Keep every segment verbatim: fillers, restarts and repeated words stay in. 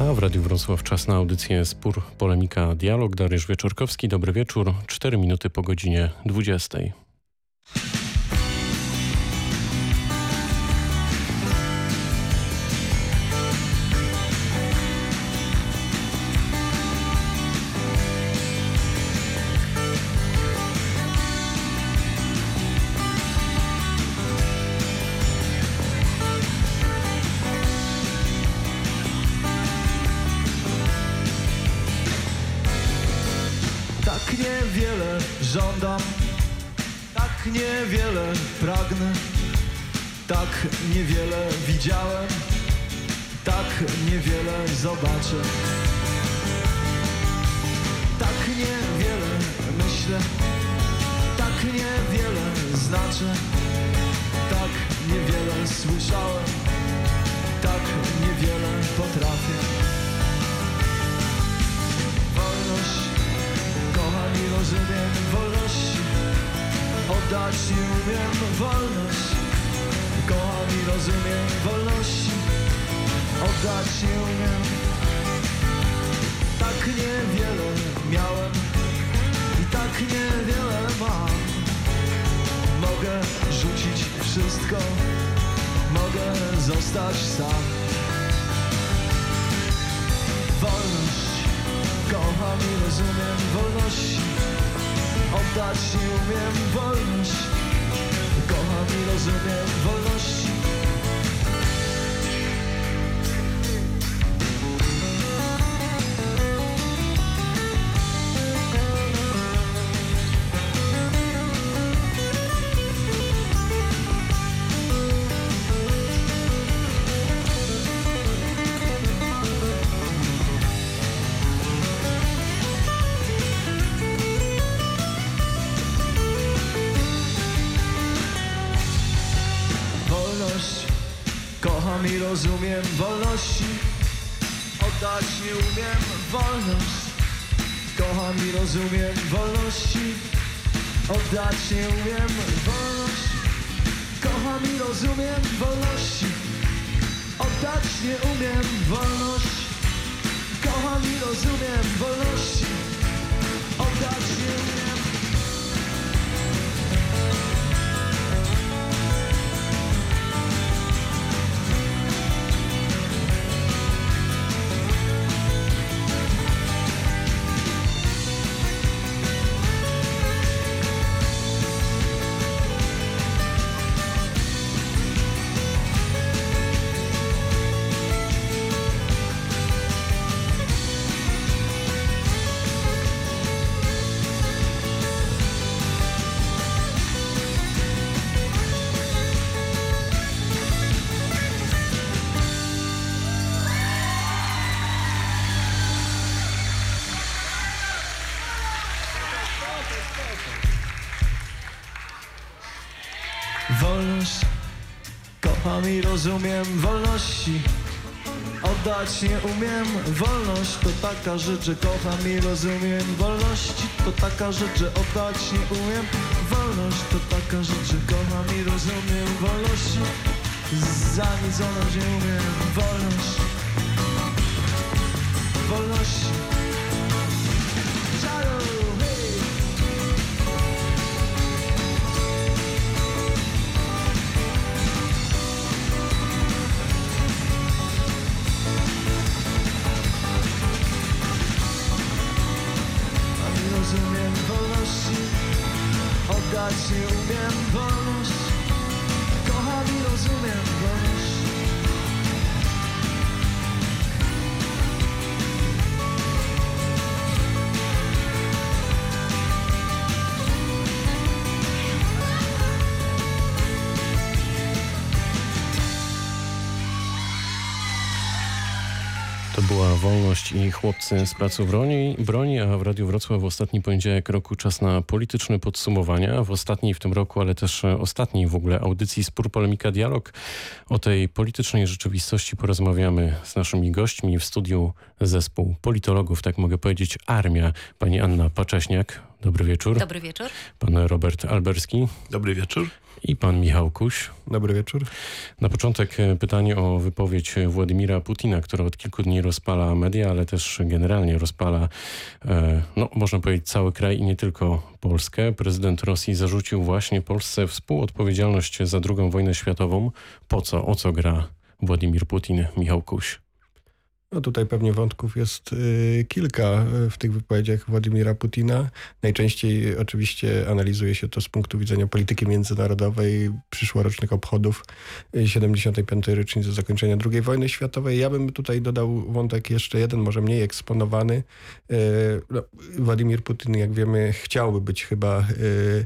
A w Radiu Wrocław czas na audycję Spór, Polemika, Dialog. Dariusz Wieczorkowski, dobry wieczór. Cztery minuty po godzinie dwudziestej. Tak niewiele żądam, tak niewiele pragnę, tak niewiele widziałem, tak niewiele zobaczę. Tak niewiele myślę, tak niewiele znaczę, tak niewiele słyszałem, tak niewiele potrafię. Wolność, kocham i rozumiem, wolności oddać nie umiem, wolność. Kocham i rozumiem, wolności oddać nie umiem. Tak niewiele miałem i tak niewiele mam. Mogę rzucić wszystko, mogę zostać sam. Wolność, kocham i rozumiem, wolności oddać nie umiem, wolność. Kocham i rozumiem, wolności. Kocham i rozumiem, wolności oddać nie umiem, wolność. Kocham i rozumiem, wolności oddać nie umiem, wolność. Kocham i rozumiem, wolności oddać nie umiem, wolność. Kocham i rozumiem, wolności oddać nie umiem. Wolność, kocham i rozumiem, wolności oddać nie umiem, wolność to taka rzecz, że kocham i rozumiem, wolności to taka rzecz, że oddać nie umiem, wolność to taka rzecz, że kocham i rozumiem, wolności za nic ona nie umiem, wolność, wolności. Rozumiem, wolności oddać nie umiem, wolność. Kocham i rozumiem, wolność. To była Wolność i Chłopcy z placu broni, broni, a w Radiu Wrocław w ostatni poniedziałek roku czas na polityczne podsumowania. W ostatniej w tym roku, ale też ostatniej w ogóle audycji Spór, Polemika, Dialog. O tej politycznej rzeczywistości porozmawiamy z naszymi gośćmi w studiu zespół politologów, tak mogę powiedzieć, armia. Pani Anna Pacześniak. Dobry wieczór. Dobry wieczór. Pan Robert Alberski. Dobry wieczór. I pan Michał Kuś. Dobry wieczór. Na początek pytanie o wypowiedź Władimira Putina, która od kilku dni rozpala media, ale też generalnie rozpala, no można powiedzieć, cały kraj i nie tylko Polskę. Prezydent Rosji zarzucił właśnie Polsce współodpowiedzialność za drugą wojnę światową. Po co? O co gra Władimir Putin? Michał Kuś. No tutaj pewnie wątków jest y, kilka w tych wypowiedziach Władimira Putina. Najczęściej oczywiście analizuje się to z punktu widzenia polityki międzynarodowej, przyszłorocznych obchodów siedemdziesiątej piątej rocznicy zakończenia drugiej wojny światowej. Ja bym tutaj dodał wątek jeszcze jeden, może mniej eksponowany. Y, no, Władimir Putin, jak wiemy, chciałby być chyba y, y,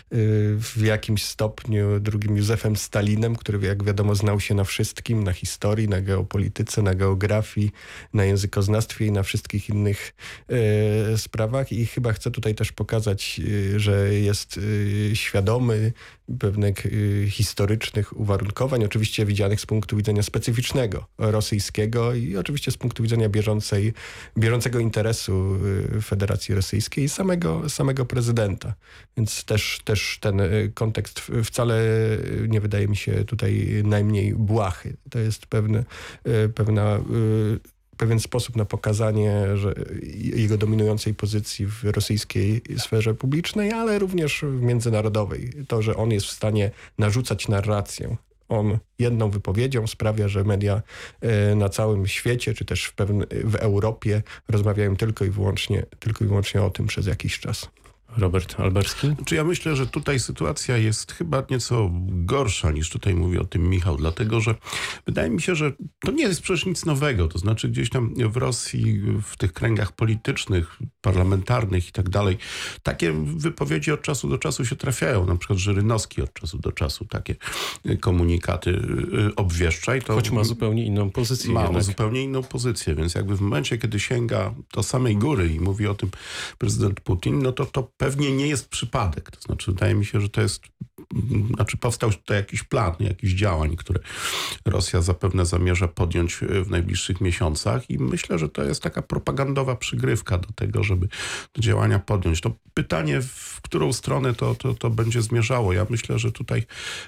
w jakimś stopniu drugim Józefem Stalinem, który, jak wiadomo, znał się na wszystkim, na historii, na geopolityce, na geografii, na językoznawstwie i na wszystkich innych e, sprawach i chyba chcę tutaj też pokazać, e, że jest e, świadomy pewnych e, historycznych uwarunkowań, oczywiście widzianych z punktu widzenia specyficznego rosyjskiego i oczywiście z punktu widzenia bieżącej, bieżącego interesu e, Federacji Rosyjskiej i samego, samego prezydenta. Więc też, też ten kontekst wcale nie wydaje mi się tutaj najmniej błahy. To jest pewne, e, pewna pewien sposób na pokazanie że jego dominującej pozycji w rosyjskiej sferze publicznej, ale również w międzynarodowej. To, że on jest w stanie narzucać narrację. On jedną wypowiedzią sprawia, że media na całym świecie, czy też w, pewne, w Europie rozmawiają tylko i wyłącznie, tylko i wyłącznie o tym przez jakiś czas. Robert Alberski? Czy ja myślę, że tutaj sytuacja jest chyba nieco gorsza niż tutaj mówi o tym Michał, dlatego że wydaje mi się, że to nie jest przecież nic nowego. To znaczy gdzieś tam w Rosji, w tych kręgach politycznych, parlamentarnych i tak dalej, takie wypowiedzi od czasu do czasu się trafiają. Na przykład Żyrynowski od czasu do czasu takie komunikaty obwieszcza. I to choć ma zupełnie inną pozycję. Ma jednak. zupełnie inną pozycję, więc jakby w momencie, kiedy sięga do samej góry i mówi o tym prezydent Putin, no to to pewnie nie jest przypadek. To znaczy wydaje mi się, że to jest, znaczy powstał tutaj jakiś plan, jakiś działań, które Rosja zapewne zamierza podjąć w najbliższych miesiącach i myślę, że to jest taka propagandowa przygrywka do tego, żeby te działania podjąć. To pytanie, w którą stronę to, to, to będzie zmierzało. Ja myślę, że tutaj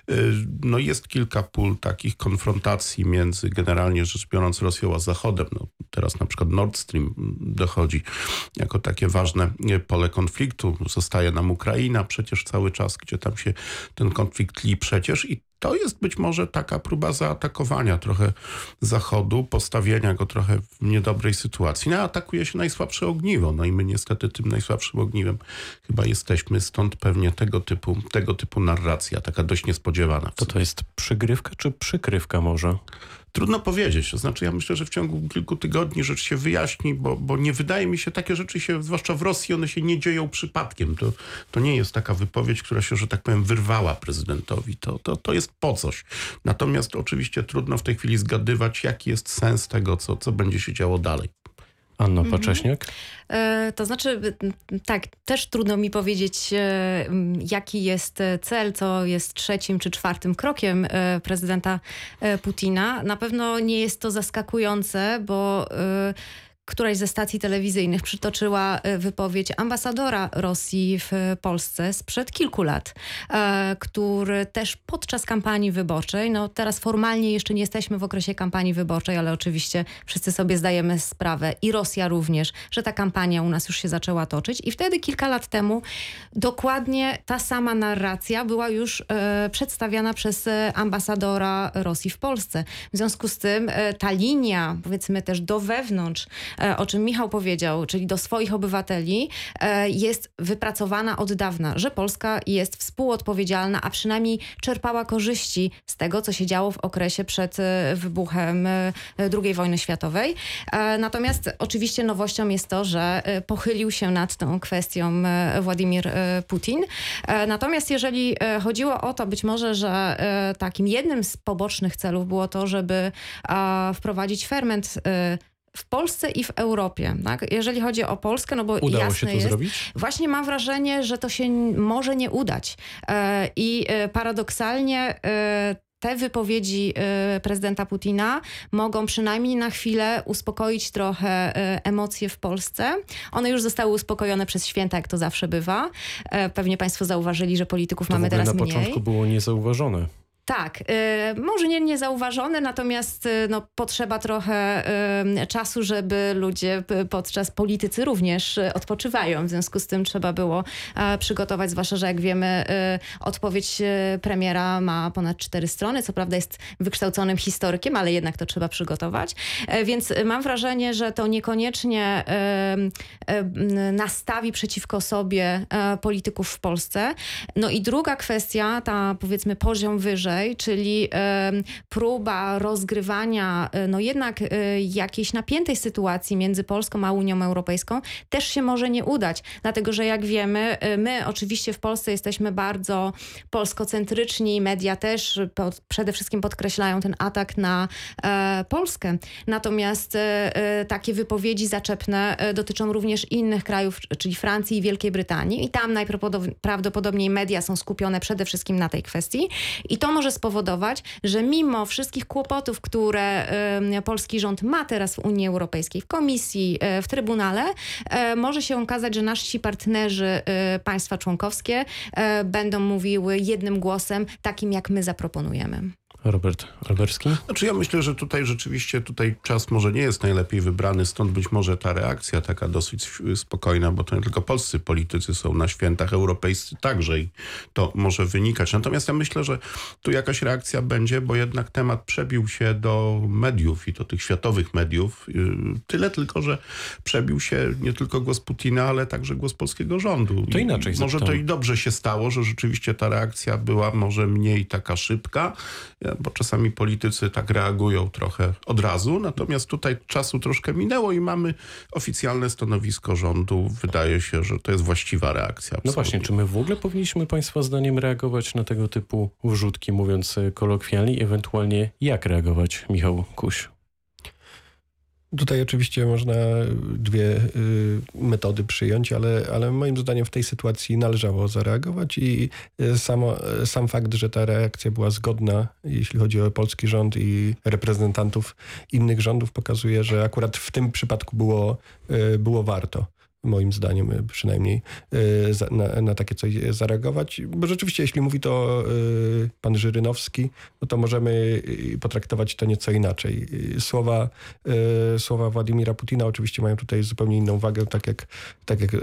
no, jest kilka pól takich konfrontacji między generalnie rzecz biorąc Rosją a Zachodem. No, teraz na przykład Nord Stream dochodzi jako takie ważne pole konfliktu. Zostaje nam Ukraina przecież cały czas, gdzie tam się ten konflikt tli przecież i to jest być może taka próba zaatakowania trochę Zachodu, postawienia go trochę w niedobrej sytuacji. No, atakuje się najsłabsze ogniwo, no i my niestety tym najsłabszym ogniwem chyba jesteśmy, stąd pewnie tego typu, tego typu narracja, taka dość niespodziewana. To to jest przygrywka czy przykrywka może? Trudno powiedzieć. To znaczy ja myślę, że w ciągu kilku tygodni rzecz się wyjaśni, bo, bo nie wydaje mi się, takie rzeczy się, zwłaszcza w Rosji, one się nie dzieją przypadkiem. To, to nie jest taka wypowiedź, która się, że tak powiem, wyrwała prezydentowi. To, to, to jest po coś. Natomiast oczywiście trudno w tej chwili zgadywać, jaki jest sens tego, co, co będzie się działo dalej. Anna Pacześniak? E, to znaczy, tak, też trudno mi powiedzieć, e, jaki jest cel, co jest trzecim czy czwartym krokiem e, prezydenta e, Putina. Na pewno nie jest to zaskakujące, bo e, któraś ze stacji telewizyjnych przytoczyła wypowiedź ambasadora Rosji w Polsce sprzed kilku lat, który też podczas kampanii wyborczej, no teraz formalnie jeszcze nie jesteśmy w okresie kampanii wyborczej, ale oczywiście wszyscy sobie zdajemy sprawę i Rosja również, że ta kampania u nas już się zaczęła toczyć i wtedy kilka lat temu dokładnie ta sama narracja była już przedstawiana przez ambasadora Rosji w Polsce. W związku z tym ta linia, powiedzmy też do wewnątrz, o czym Michał powiedział, czyli do swoich obywateli, jest wypracowana od dawna, że Polska jest współodpowiedzialna, a przynajmniej czerpała korzyści z tego, co się działo w okresie przed wybuchem drugiej wojny światowej. Natomiast oczywiście nowością jest to, że pochylił się nad tą kwestią Władimir Putin. Natomiast jeżeli chodziło o to, być może, że takim jednym z pobocznych celów było to, żeby wprowadzić ferment w Polsce i w Europie. Tak? Jeżeli chodzi o Polskę, no bo Udało jasne się to jest, zrobić? Właśnie mam wrażenie, że to się może nie udać. I paradoksalnie te wypowiedzi prezydenta Putina mogą przynajmniej na chwilę uspokoić trochę emocje w Polsce. One już zostały uspokojone przez święta, jak to zawsze bywa. Pewnie państwo zauważyli, że polityków to mamy teraz na mniej. Na początku było niezauważone. Tak, y, może nie niezauważone, natomiast y, no, potrzeba trochę y, czasu, żeby ludzie y, podczas politycy również y, odpoczywają. W związku z tym trzeba było y, przygotować, zwłaszcza, że jak wiemy, y, odpowiedź y, premiera ma ponad cztery strony. Co prawda jest wykształconym historykiem, ale jednak to trzeba przygotować. Y, więc y, mam wrażenie, że to niekoniecznie y, y, nastawi przeciwko sobie y, polityków w Polsce. No i druga kwestia, ta powiedzmy poziom wyżej, czyli e, próba rozgrywania e, no jednak e, jakiejś napiętej sytuacji między Polską a Unią Europejską też się może nie udać. Dlatego, że jak wiemy, e, my oczywiście w Polsce jesteśmy bardzo polskocentryczni, media też pod, przede wszystkim podkreślają ten atak na e, Polskę. Natomiast e, e, takie wypowiedzi zaczepne e, dotyczą również innych krajów, czyli Francji i Wielkiej Brytanii i tam najprawdopodobniej media są skupione przede wszystkim na tej kwestii i to może spowodować, że mimo wszystkich kłopotów, które y, polski rząd ma teraz w Unii Europejskiej, w Komisji, y, w Trybunale, y, może się okazać, że nasi partnerzy, y, państwa członkowskie y, będą mówiły jednym głosem, takim jak my zaproponujemy. Robert Alberski? Znaczy ja myślę, że tutaj rzeczywiście tutaj czas może nie jest najlepiej wybrany, stąd być może ta reakcja taka dosyć spokojna, bo to nie tylko polscy politycy są na świętach, europejscy także i to może wynikać. Natomiast ja myślę, że tu jakaś reakcja będzie, bo jednak temat przebił się do mediów i do tych światowych mediów. Tyle tylko, że przebił się nie tylko głos Putina, ale także głos polskiego rządu. To inaczej I może to i dobrze się stało, że rzeczywiście ta reakcja była może mniej taka szybka, bo czasami politycy tak reagują trochę od razu, natomiast tutaj czasu troszkę minęło i mamy oficjalne stanowisko rządu. Wydaje się, że to jest właściwa reakcja. Absolutnie. No właśnie, czy my w ogóle powinniśmy państwa zdaniem reagować na tego typu wrzutki, mówiąc kolokwialnie, ewentualnie jak reagować, Michał Kuś? Tutaj oczywiście można dwie y, metody przyjąć, ale, ale moim zdaniem w tej sytuacji należało zareagować i y, samo, sam fakt, że ta reakcja była zgodna, jeśli chodzi o polski rząd i reprezentantów innych rządów, pokazuje, że akurat w tym przypadku było, y, było warto. Moim zdaniem przynajmniej na, na takie coś zareagować. Bo rzeczywiście, jeśli mówi to pan Żyrynowski, no to możemy potraktować to nieco inaczej. Słowa, słowa Władimira Putina oczywiście mają tutaj zupełnie inną wagę, tak jak, tak jak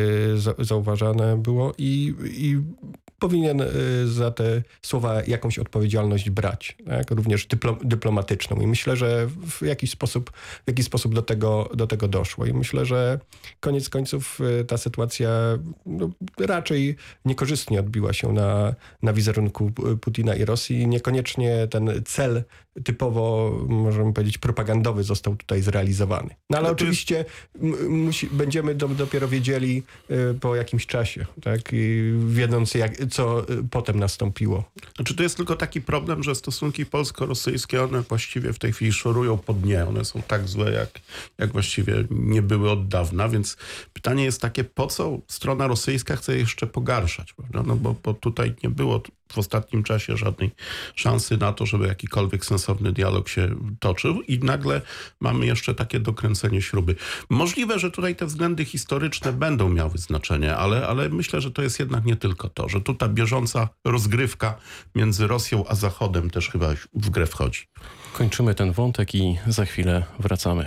zauważane było i, i powinien za te słowa jakąś odpowiedzialność brać, tak? Również dyplo, dyplomatyczną. I myślę, że w jakiś sposób, w jakiś sposób do tego, do tego doszło. I myślę, że koniec końców ta sytuacja no, raczej niekorzystnie odbiła się na, na wizerunku Putina i Rosji. Niekoniecznie ten cel typowo, możemy powiedzieć, propagandowy został tutaj zrealizowany. No ale oczywiście musi, będziemy do, dopiero wiedzieli po jakimś czasie, tak? I wiedząc, jak, co potem nastąpiło. Znaczy to jest tylko taki problem, że stosunki polsko-rosyjskie, one właściwie w tej chwili szorują po dnie. One są tak złe, jak, jak właściwie nie były od dawna, więc pytanie jest takie, po co strona rosyjska chce jeszcze pogarszać, prawda? No bo, bo tutaj nie było w ostatnim czasie żadnej szansy na to, żeby jakikolwiek sensowny dialog się toczył i nagle mamy jeszcze takie dokręcenie śruby. Możliwe, że tutaj te względy historyczne będą miały znaczenie, ale, ale myślę, że to jest jednak nie tylko to, że tu ta bieżąca rozgrywka między Rosją a Zachodem też chyba w grę wchodzi. Kończymy ten wątek i za chwilę wracamy.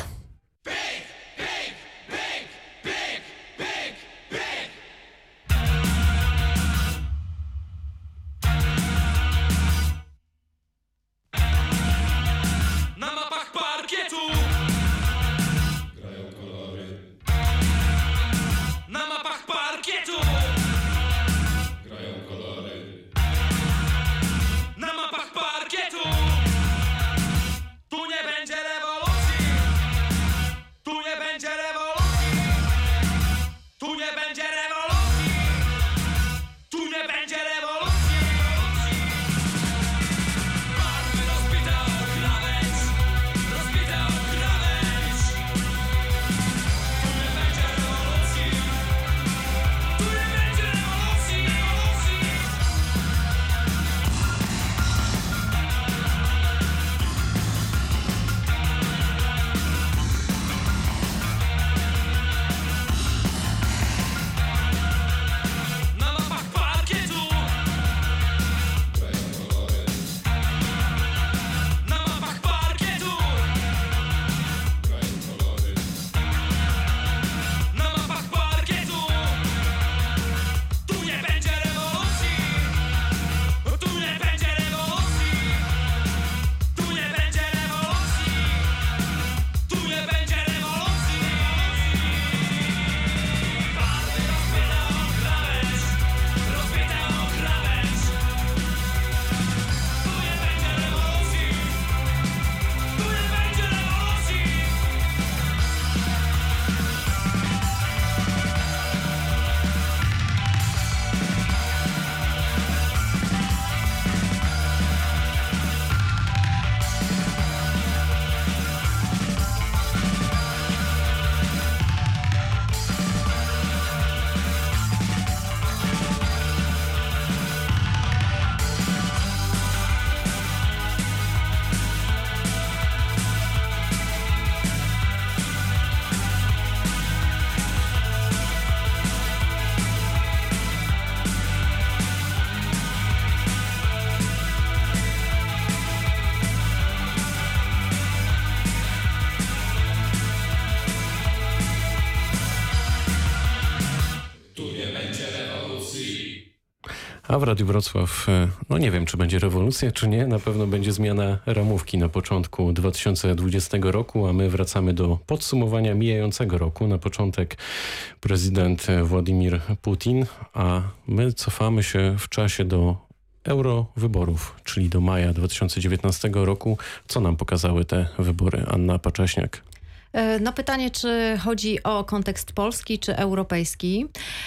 Tu nie będzie rewolucji. A w Radiu Wrocław, no nie wiem, czy będzie rewolucja, czy nie. Na pewno będzie zmiana ramówki na początku dwa tysiące dwudziestego roku, a my wracamy do podsumowania mijającego roku. Na początek prezydent Władimir Putin, a my cofamy się w czasie do eurowyborów, czyli do maja dwa tysiące dziewiętnastego roku. Co nam pokazały te wybory? Anna Pacześniak. No pytanie, czy chodzi o kontekst polski, czy europejski.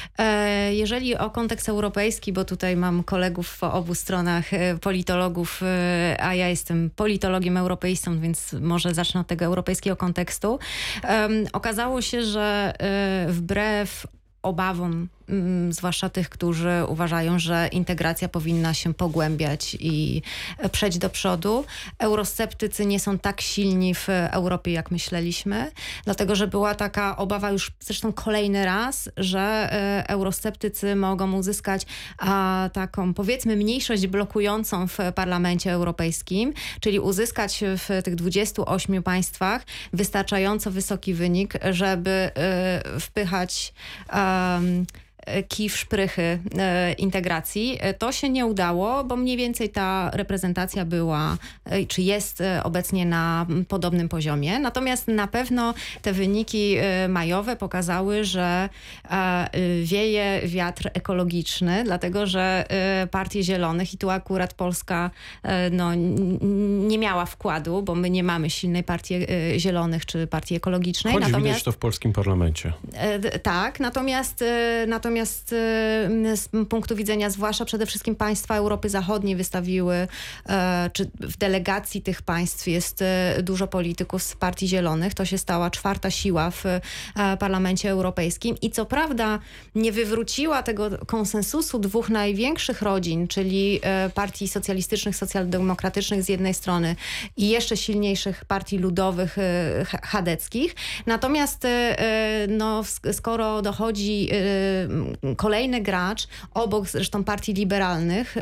Jeżeli o kontekst europejski, bo tutaj mam kolegów po obu stronach, politologów, a ja jestem politologiem europeistą, więc może zacznę od tego europejskiego kontekstu. Okazało się, że wbrew obawom, zwłaszcza tych, którzy uważają, że integracja powinna się pogłębiać i przejść do przodu. Eurosceptycy nie są tak silni w Europie, jak myśleliśmy, dlatego że była taka obawa już zresztą kolejny raz, że eurosceptycy mogą uzyskać a, taką powiedzmy mniejszość blokującą w Parlamencie Europejskim, czyli uzyskać w tych dwudziestu ośmiu państwach wystarczająco wysoki wynik, żeby y, wpychać um, kij w szprychy e, integracji. To się nie udało, bo mniej więcej ta reprezentacja była, e, czy jest e, obecnie na podobnym poziomie. Natomiast na pewno te wyniki e, majowe pokazały, że e, wieje wiatr ekologiczny, dlatego że e, Partie Zielonych, i tu akurat Polska e, no, n- nie miała wkładu, bo my nie mamy silnej partii e, zielonych czy partii ekologicznej. Choć natomiast, widać to w polskim parlamencie. E, tak, natomiast, e, natomiast Natomiast z punktu widzenia zwłaszcza przede wszystkim państwa Europy Zachodniej wystawiły, czy w delegacji tych państw jest dużo polityków z Partii Zielonych. To się stała czwarta siła w Parlamencie Europejskim i co prawda nie wywróciła tego konsensusu dwóch największych rodzin, czyli partii socjalistycznych, socjaldemokratycznych z jednej strony i jeszcze silniejszych partii ludowych chadeckich. Natomiast no, skoro dochodzi kolejny gracz, obok zresztą partii liberalnych,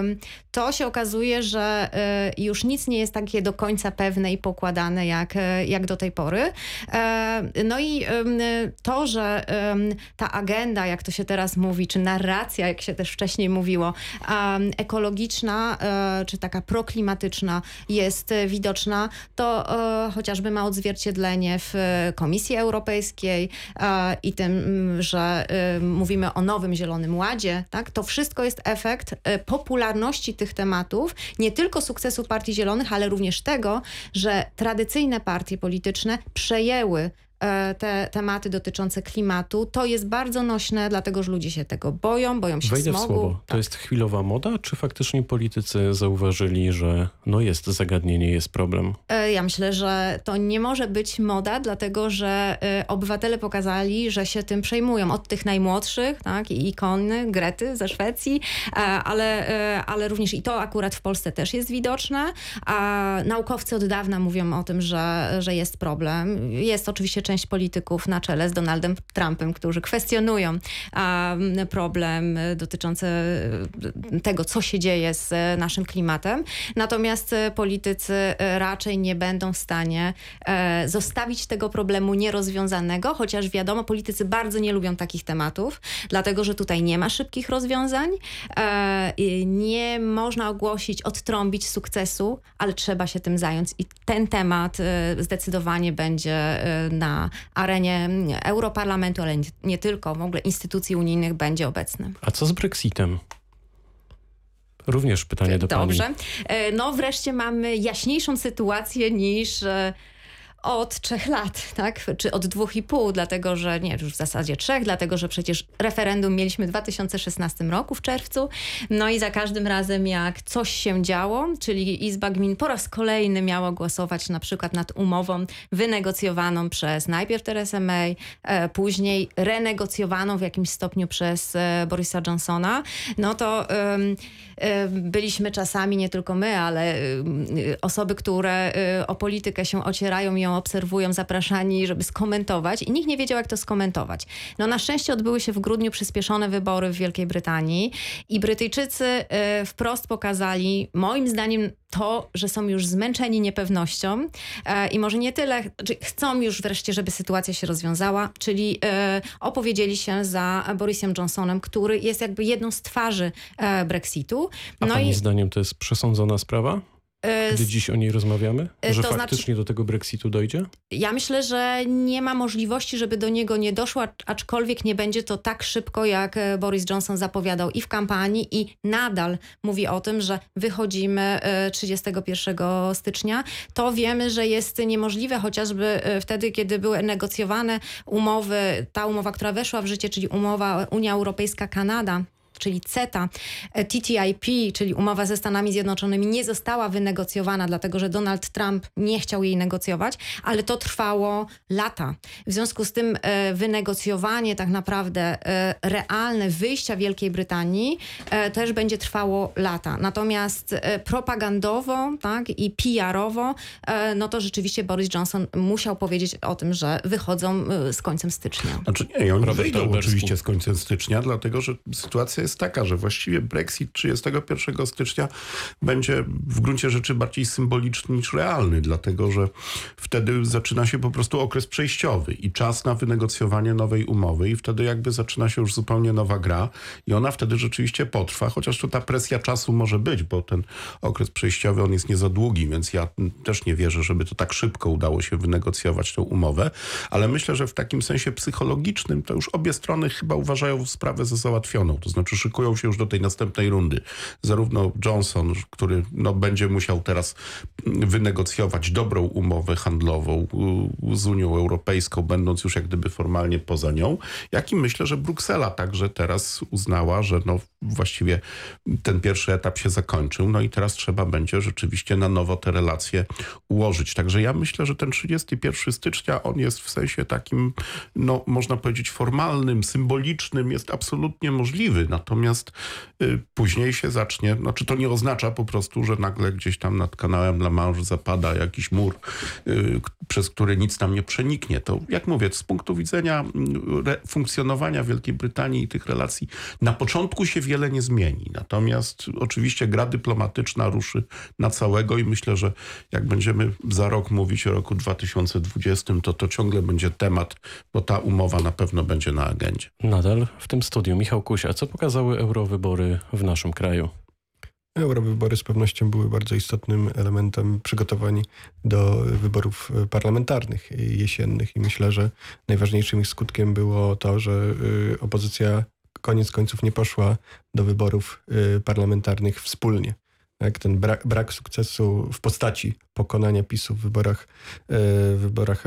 to się okazuje, że już nic nie jest takie do końca pewne i pokładane jak, jak do tej pory. No i to, że ta agenda, jak to się teraz mówi, czy narracja, jak się też wcześniej mówiło, ekologiczna, czy taka proklimatyczna jest widoczna, to chociażby ma odzwierciedlenie w Komisji Europejskiej i tym, że mówimy o nowym Zielonym Ładzie, tak? To wszystko jest efekt popularności tych tematów, nie tylko sukcesu Partii Zielonych, ale również tego, że tradycyjne partie polityczne przejęły te tematy dotyczące klimatu. To jest bardzo nośne, dlatego że ludzie się tego boją, boją się Wejdę smogu. w słowo. To tak. jest chwilowa moda, czy faktycznie politycy zauważyli, że no jest zagadnienie, jest problem? Ja myślę, że to nie może być moda, dlatego że obywatele pokazali, że się tym przejmują. Od tych najmłodszych, tak, i ikony Grety ze Szwecji, ale, ale również i to akurat w Polsce też jest widoczne. A naukowcy od dawna mówią o tym, że, że jest problem. Jest oczywiście część polityków na czele z Donaldem Trumpem, którzy kwestionują um, problem dotyczący tego, co się dzieje z naszym klimatem. Natomiast politycy raczej nie będą w stanie e, zostawić tego problemu nierozwiązanego, chociaż wiadomo, politycy bardzo nie lubią takich tematów, dlatego, że tutaj nie ma szybkich rozwiązań. E, nie można ogłosić, odtrąbić sukcesu, ale trzeba się tym zająć i ten temat e, zdecydowanie będzie e, na arenie Europarlamentu, ale nie, nie tylko, w ogóle instytucji unijnych będzie obecny. A co z Brexitem? Również pytanie do Dobrze. pani. No wreszcie mamy jaśniejszą sytuację niż od trzech lat, tak? Czy od dwóch i pół, dlatego że, nie, już w zasadzie trzech, dlatego że przecież referendum mieliśmy w dwa tysiące szesnastym roku w czerwcu. No i za każdym razem jak coś się działo, czyli Izba Gmin po raz kolejny miała głosować na przykład nad umową wynegocjowaną przez najpierw Teresę May, e, później renegocjowaną w jakimś stopniu przez e, Borisa Johnsona, no to... Um, byliśmy czasami, nie tylko my, ale osoby, które o politykę się ocierają i ją obserwują, zapraszani, żeby skomentować i nikt nie wiedział, jak to skomentować. No na szczęście odbyły się w grudniu przyspieszone wybory w Wielkiej Brytanii i Brytyjczycy wprost pokazali, moim zdaniem, to, że są już zmęczeni niepewnością e, i może nie tyle, czy chcą już wreszcie, żeby sytuacja się rozwiązała, czyli e, opowiedzieli się za Borisem Johnsonem, który jest jakby jedną z twarzy e, Brexitu. A no pani i, zdaniem to jest przesądzona sprawa? e, Gdy dziś o niej rozmawiamy? e, Że to faktycznie znaczy- do tego Brexitu dojdzie? Ja myślę, że nie ma możliwości, żeby do niego nie doszło, aczkolwiek nie będzie to tak szybko, jak e, Boris Johnson zapowiadał i w kampanii, i nadal mówi o tym, że wychodzimy e, trzydziestego pierwszego stycznia. To wiemy, że jest niemożliwe, chociażby e, wtedy, kiedy były negocjowane umowy, ta umowa, która weszła w życie, czyli umowa Unia Europejska-Kanada, czyli CETA, T T I P, czyli umowa ze Stanami Zjednoczonymi, nie została wynegocjowana, dlatego że Donald Trump nie chciał jej negocjować, ale to trwało lata. W związku z tym e, wynegocjowanie tak naprawdę e, realne wyjścia Wielkiej Brytanii e, też będzie trwało lata. Natomiast e, propagandowo, tak, i P R-owo, e, no to rzeczywiście Boris Johnson musiał powiedzieć o tym, że wychodzą e, z końcem stycznia. Znaczy nie, oni Robert wyjdą Alberski. oczywiście z końcem stycznia, dlatego że sytuacja jest taka, że właściwie Brexit trzydziestego pierwszego stycznia będzie w gruncie rzeczy bardziej symboliczny niż realny, dlatego że wtedy zaczyna się po prostu okres przejściowy i czas na wynegocjowanie nowej umowy i wtedy jakby zaczyna się już zupełnie nowa gra i ona wtedy rzeczywiście potrwa, chociaż to ta presja czasu może być, bo ten okres przejściowy on jest nie za długi, więc ja też nie wierzę, żeby to tak szybko udało się wynegocjować tę umowę, ale myślę, że w takim sensie psychologicznym to już obie strony chyba uważają sprawę za załatwioną, to znaczy szykują się już do tej następnej rundy. Zarówno Johnson, który no, będzie musiał teraz wynegocjować dobrą umowę handlową z Unią Europejską, będąc już jak gdyby formalnie poza nią, jak i myślę, że Bruksela także teraz uznała, że no, właściwie ten pierwszy etap się zakończył, no i teraz trzeba będzie rzeczywiście na nowo te relacje ułożyć. Także ja myślę, że ten trzydziestego pierwszego stycznia on jest w sensie takim, no można powiedzieć formalnym, symbolicznym, jest absolutnie możliwy. Natomiast y, później się zacznie, znaczy to nie oznacza po prostu, że nagle gdzieś tam nad kanałem La Manche zapada jakiś mur, y, przez który nic tam nie przeniknie. To jak mówię, z punktu widzenia re, funkcjonowania Wielkiej Brytanii i tych relacji na początku się wiele nie zmieni. Natomiast oczywiście gra dyplomatyczna ruszy na całego i myślę, że jak będziemy za rok mówić o roku dwa tysiące dwudziestym, to to ciągle będzie temat, bo ta umowa na pewno będzie na agendzie. Nadal w tym studiu Michał Kusia. Co pokazały eurowybory w naszym kraju? Eurowybory z pewnością były bardzo istotnym elementem przygotowań do wyborów parlamentarnych jesiennych i myślę, że najważniejszym ich skutkiem było to, że opozycja koniec końców nie poszła do wyborów parlamentarnych wspólnie. Tak, ten brak, brak sukcesu w postaci pokonania PiSu w wyborach, w wyborach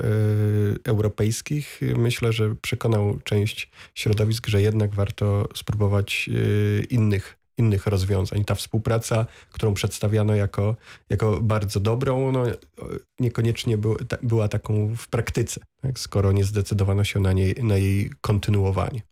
europejskich myślę, że przekonał część środowisk, że jednak warto spróbować innych innych rozwiązań. Ta współpraca, którą przedstawiano jako, jako bardzo dobrą, no, niekoniecznie był, ta, była taką w praktyce, tak, skoro nie zdecydowano się na, niej, na jej kontynuowanie.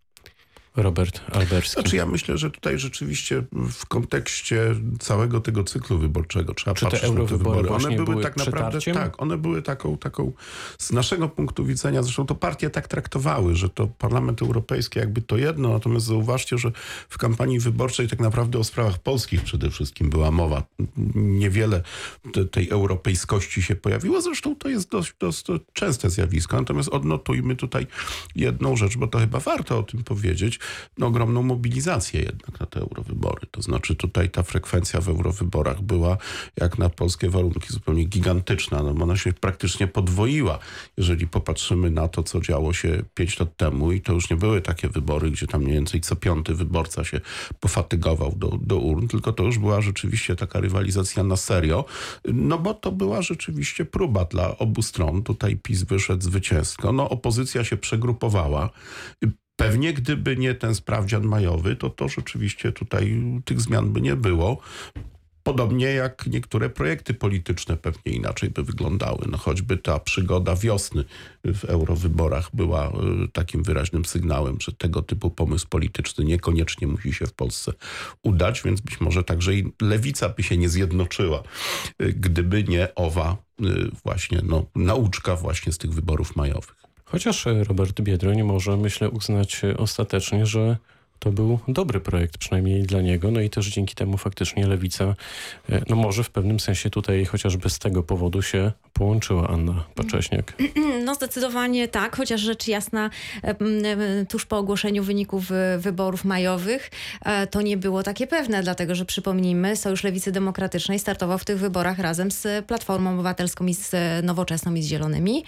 Robert Alberski. Znaczy ja myślę, że tutaj rzeczywiście w kontekście całego tego cyklu wyborczego trzeba Czy te patrzeć na te eurowybory wybory. One właśnie były, były tak naprawdę, przetarciem? tak, one były taką, taką, z naszego punktu widzenia, zresztą to partie tak traktowały, że to Parlament Europejski jakby to jedno, natomiast zauważcie, że w kampanii wyborczej tak naprawdę o sprawach polskich przede wszystkim była mowa. Niewiele te, tej europejskości się pojawiło, zresztą to jest dość, dość częste zjawisko, natomiast odnotujmy tutaj jedną rzecz, bo to chyba warto o tym powiedzieć, no, ogromną mobilizację jednak na te eurowybory. To znaczy tutaj ta frekwencja w eurowyborach była jak na polskie warunki zupełnie gigantyczna. No, ona się praktycznie podwoiła, jeżeli popatrzymy na to, co działo się pięć lat temu i to już nie były takie wybory, gdzie tam mniej więcej co piąty wyborca się pofatygował do, do urn, tylko to już była rzeczywiście taka rywalizacja na serio, no bo to była rzeczywiście próba dla obu stron. Tutaj PiS wyszedł zwycięsko. No opozycja się przegrupowała. Pewnie gdyby nie ten sprawdzian majowy, to to rzeczywiście tutaj tych zmian by nie było. Podobnie jak niektóre projekty polityczne pewnie inaczej by wyglądały. No choćby ta przygoda wiosny w eurowyborach była y, takim wyraźnym sygnałem, że tego typu pomysł polityczny niekoniecznie musi się w Polsce udać, więc być może także i lewica by się nie zjednoczyła, y, gdyby nie owa y, właśnie no, nauczka właśnie z tych wyborów majowych. Chociaż Robert Biedroń może, myślę, uznać ostatecznie, że to był dobry projekt, przynajmniej dla niego, no i też dzięki temu faktycznie lewica, no może w pewnym sensie tutaj chociażby z tego powodu się połączyła. Anna Pacześniak. No zdecydowanie tak, chociaż rzecz jasna tuż po ogłoszeniu wyników wyborów majowych to nie było takie pewne, dlatego że przypomnijmy, Sojusz Lewicy Demokratycznej startował w tych wyborach razem z Platformą Obywatelską i z Nowoczesną i z Zielonymi.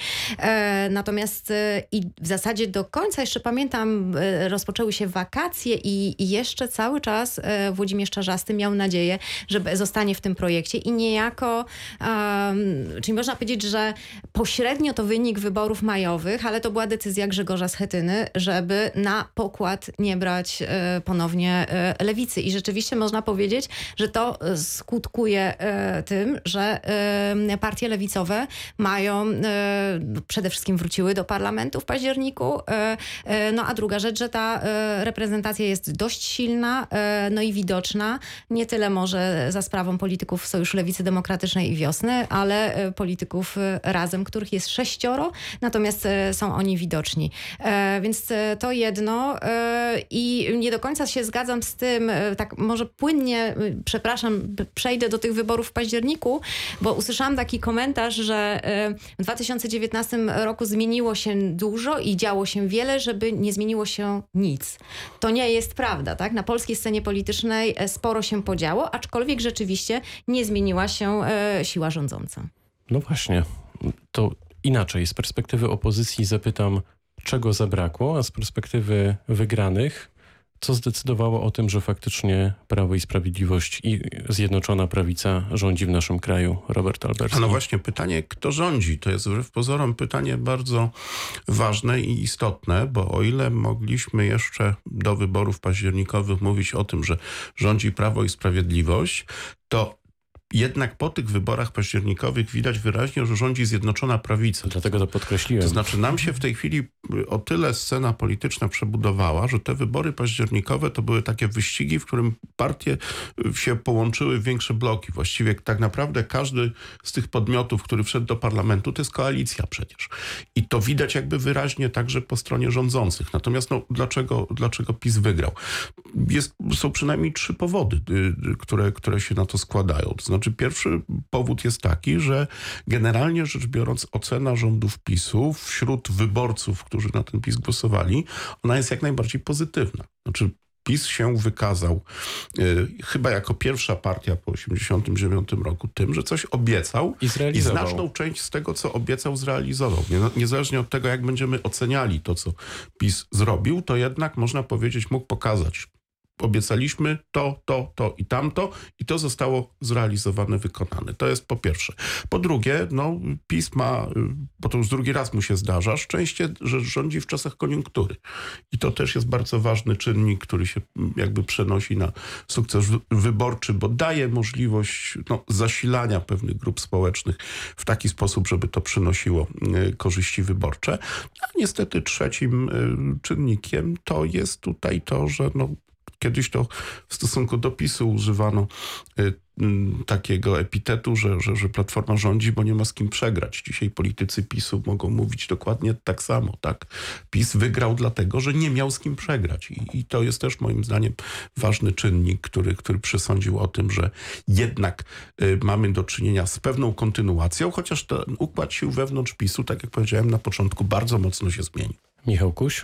Natomiast i w zasadzie do końca, jeszcze pamiętam, rozpoczęły się wakacje i, i jeszcze cały czas Włodzimierz Czarzasty miał nadzieję, że zostanie w tym projekcie i niejako, um, czyli można powiedzieć, że pośrednio to wynik wyborów majowych, ale to była decyzja Grzegorza Schetyny, żeby na pokład nie brać e, ponownie e, lewicy. I rzeczywiście można powiedzieć, że to skutkuje e, tym, że e, partie lewicowe mają, e, przede wszystkim wróciły do parlamentu w październiku, e, e, no a druga rzecz, że ta e, reprezentacja jest dość silna, e, no i widoczna. Nie tyle może za sprawą polityków Sojuszu Lewicy Demokratycznej i Wiosny, ale e, polityków Razem, których jest sześcioro, natomiast są oni widoczni. E, więc to jedno e, i nie do końca się zgadzam z tym, e, tak może płynnie, przepraszam, przejdę do tych wyborów w październiku, bo usłyszałam taki komentarz, że e, w dwa tysiące dziewiętnastym roku zmieniło się dużo i działo się wiele, żeby nie zmieniło się nic. To nie jest prawda, tak? Na polskiej scenie politycznej sporo się podziało, aczkolwiek rzeczywiście nie zmieniła się e, siła rządząca. No właśnie, to inaczej. Z perspektywy opozycji zapytam, czego zabrakło, a z perspektywy wygranych, co zdecydowało o tym, że faktycznie Prawo i Sprawiedliwość i Zjednoczona Prawica rządzi w naszym kraju? Robert Alberski. A no właśnie, pytanie, kto rządzi? To jest wbrew pozorom pytanie bardzo ważne i istotne, bo o ile mogliśmy jeszcze do wyborów październikowych mówić o tym, że rządzi Prawo i Sprawiedliwość, to jednak po tych wyborach październikowych widać wyraźnie, że rządzi Zjednoczona Prawica. Dlatego to podkreśliłem. To znaczy nam się w tej chwili o tyle scena polityczna przebudowała, że te wybory październikowe to były takie wyścigi, w którym partie się połączyły w większe bloki. Właściwie tak naprawdę każdy z tych podmiotów, który wszedł do parlamentu, to jest koalicja przecież. I to widać jakby wyraźnie także po stronie rządzących. Natomiast no, dlaczego, dlaczego PiS wygrał? Jest, są przynajmniej trzy powody, które, które się na to składają. To znaczy Znaczy pierwszy powód jest taki, że generalnie rzecz biorąc ocena rządów PiSu wśród wyborców, którzy na ten PiS głosowali, ona jest jak najbardziej pozytywna. Znaczy PiS się wykazał y, chyba jako pierwsza partia po osiemdziesiątym dziewiątym roku tym, że coś obiecał i, i znaczną część z tego, co obiecał, zrealizował. Nie, niezależnie od tego, jak będziemy oceniali to, co PiS zrobił, to jednak można powiedzieć, mógł pokazać. Obiecaliśmy to, to, to i tamto i to zostało zrealizowane, wykonane. To jest po pierwsze. Po drugie, no PiS ma, bo to już drugi raz mu się zdarza, szczęście, że rządzi w czasach koniunktury. I to też jest bardzo ważny czynnik, który się jakby przenosi na sukces wyborczy, bo daje możliwość no, zasilania pewnych grup społecznych w taki sposób, żeby to przynosiło korzyści wyborcze. A niestety trzecim czynnikiem to jest tutaj to, że no, kiedyś to w stosunku do PiSu używano y, y, takiego epitetu, że, że, że Platforma rządzi, bo nie ma z kim przegrać. Dzisiaj politycy PiSu mogą mówić dokładnie tak samo. Tak? PiS wygrał dlatego, że nie miał z kim przegrać. I, i to jest też moim zdaniem ważny czynnik, który, który przesądził o tym, że jednak y, mamy do czynienia z pewną kontynuacją, chociaż ten układ sił wewnątrz PiSu, tak jak powiedziałem na początku, bardzo mocno się zmienił. Michał Kuś?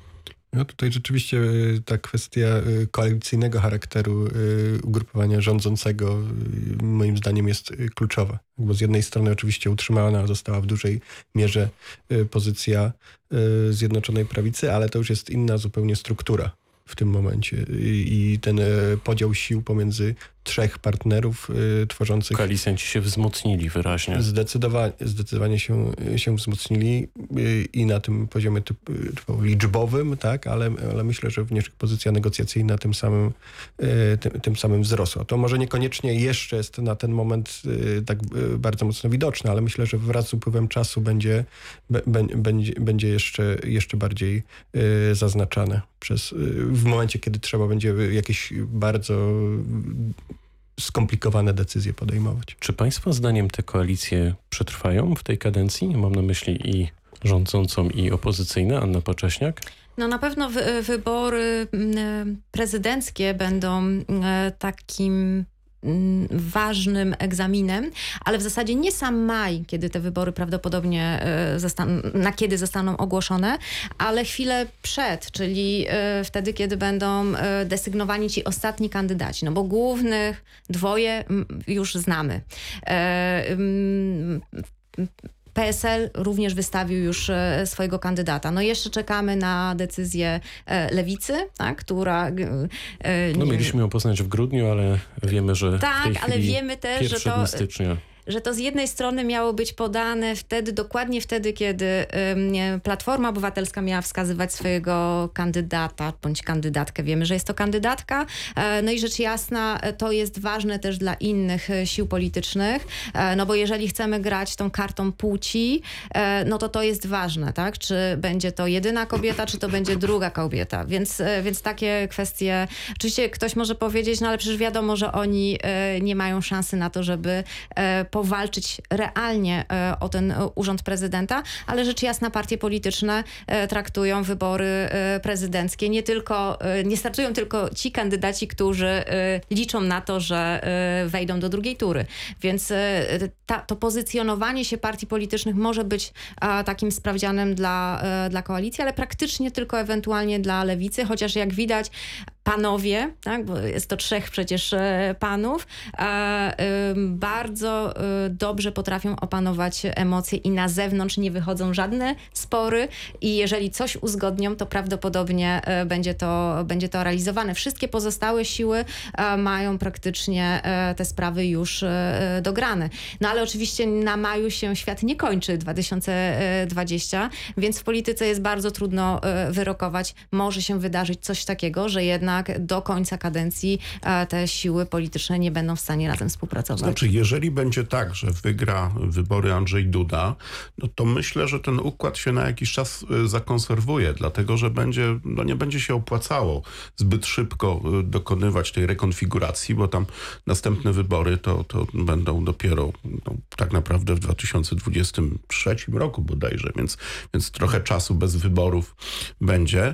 No tutaj rzeczywiście ta kwestia koalicyjnego charakteru ugrupowania rządzącego moim zdaniem jest kluczowa. Bo z jednej strony oczywiście utrzymana została w dużej mierze pozycja Zjednoczonej Prawicy, ale to już jest inna zupełnie struktura w tym momencie. I ten podział sił pomiędzy trzech partnerów y, tworzących... Koalicjanci się wzmocnili wyraźnie. Zdecydowanie, zdecydowanie się, się wzmocnili y, i na tym poziomie typ, typu liczbowym, tak, ale, ale myślę, że również pozycja negocjacyjna tym samym, y, tym, tym samym wzrosła. To może niekoniecznie jeszcze jest na ten moment y, tak y, bardzo mocno widoczne, ale myślę, że wraz z upływem czasu będzie, be, będzie, będzie jeszcze, jeszcze bardziej y, zaznaczane przez, y, w momencie, kiedy trzeba będzie jakieś bardzo skomplikowane decyzje podejmować. Czy państwa zdaniem te koalicje przetrwają w tej kadencji? Mam na myśli i rządzącą, i opozycyjne. Anna Pacześniak? No na pewno wy, wybory prezydenckie będą takim ważnym egzaminem, ale w zasadzie nie sam maj, kiedy te wybory prawdopodobnie zostaną, na kiedy zostaną ogłoszone, ale chwilę przed, czyli wtedy, kiedy będą desygnowani ci ostatni kandydaci, no bo głównych dwoje już znamy. P S L również wystawił już swojego kandydata. No jeszcze czekamy na decyzję Lewicy, tak, która... No mieliśmy ją poznać w grudniu, ale wiemy, że tak, w tej ale chwili wiemy też, że to... stycznia. że to z jednej strony miało być podane wtedy, dokładnie wtedy, kiedy y, Platforma Obywatelska miała wskazywać swojego kandydata bądź kandydatkę. Wiemy, że jest to kandydatka. E, no i rzecz jasna, to jest ważne też dla innych sił politycznych, e, no bo jeżeli chcemy grać tą kartą płci, e, no to to jest ważne, tak? Czy będzie to jedyna kobieta, czy to będzie druga kobieta. Więc, e, więc takie kwestie... Oczywiście ktoś może powiedzieć, no ale przecież wiadomo, że oni e, nie mają szansy na to, żeby e, powalczyć realnie e, o ten e, urząd prezydenta, ale rzecz jasna partie polityczne e, traktują wybory e, prezydenckie nie tylko, e, nie startują tylko ci kandydaci, którzy e, liczą na to, że e, wejdą do drugiej tury. Więc e, ta, to pozycjonowanie się partii politycznych może być e, takim sprawdzianem dla, e, dla koalicji, ale praktycznie tylko ewentualnie dla lewicy, chociaż jak widać panowie, tak, bo jest to trzech przecież e, panów, e, y, bardzo y, dobrze potrafią opanować emocje i na zewnątrz nie wychodzą żadne spory i jeżeli coś uzgodnią, to prawdopodobnie e, będzie to, będzie to realizowane. Wszystkie pozostałe siły e, mają praktycznie e, te sprawy już e, dograne. No ale oczywiście na maju się świat nie kończy dwa tysiące dwudziesty, więc w polityce jest bardzo trudno e, wyrokować. Może się wydarzyć coś takiego, że jednak do końca kadencji te siły polityczne nie będą w stanie razem współpracować. Znaczy, jeżeli będzie tak, że wygra wybory Andrzej Duda, no to myślę, że ten układ się na jakiś czas zakonserwuje, dlatego, że będzie, no nie będzie się opłacało zbyt szybko dokonywać tej rekonfiguracji, bo tam następne wybory to, to będą dopiero no, tak naprawdę w dwa tysiące dwudziestym trzecim roku bodajże, więc, więc trochę czasu bez wyborów będzie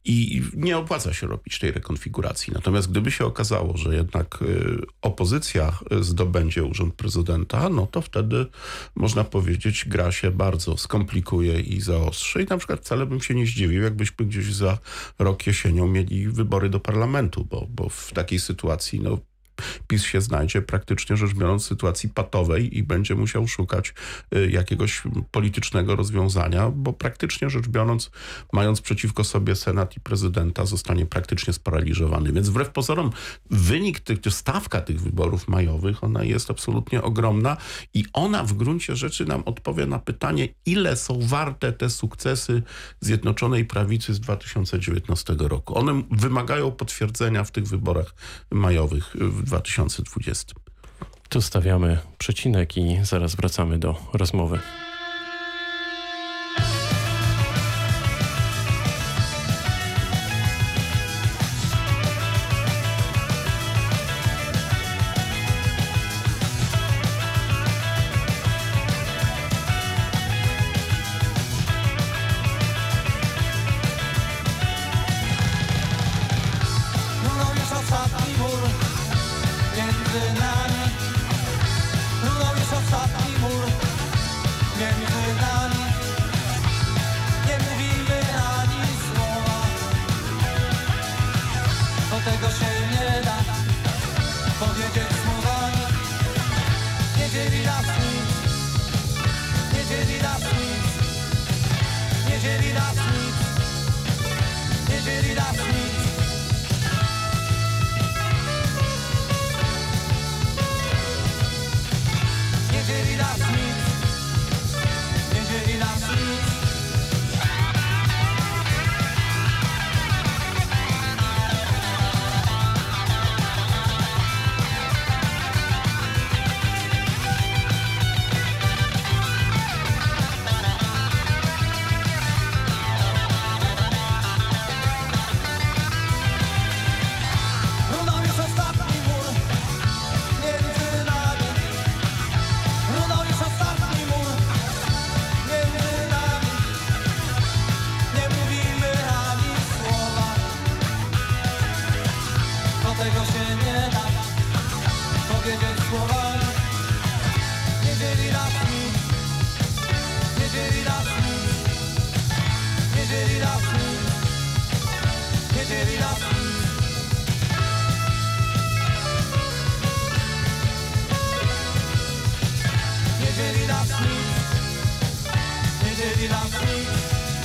i nie opłaca się robić tej rekonfiguracji. konfiguracji. Natomiast gdyby się okazało, że jednak y, opozycja zdobędzie urząd prezydenta, no to wtedy można powiedzieć, gra się bardzo skomplikuje i zaostrzy. I na przykład wcale bym się nie zdziwił, jakbyśmy gdzieś za rok jesienią mieli wybory do parlamentu, bo, bo w takiej sytuacji no, PiS się znajdzie praktycznie rzecz biorąc w sytuacji patowej i będzie musiał szukać y, jakiegoś politycznego rozwiązania, bo praktycznie rzecz biorąc, mając przeciwko sobie Senat i prezydenta, zostanie praktycznie sparaliżowany. Więc wbrew pozorom wynik, tych, stawka tych wyborów majowych, ona jest absolutnie ogromna i ona w gruncie rzeczy nam odpowie na pytanie, ile są warte te sukcesy Zjednoczonej Prawicy z dwa tysiące dziewiętnastego roku. One wymagają potwierdzenia w tych wyborach majowych w dwa tysiące dwudziestym. Tu stawiamy przecinek i zaraz wracamy do rozmowy. dzieli nas nic, nie dzieli nas nic. Nie dzieli nas nic, nie dzieli nas nic.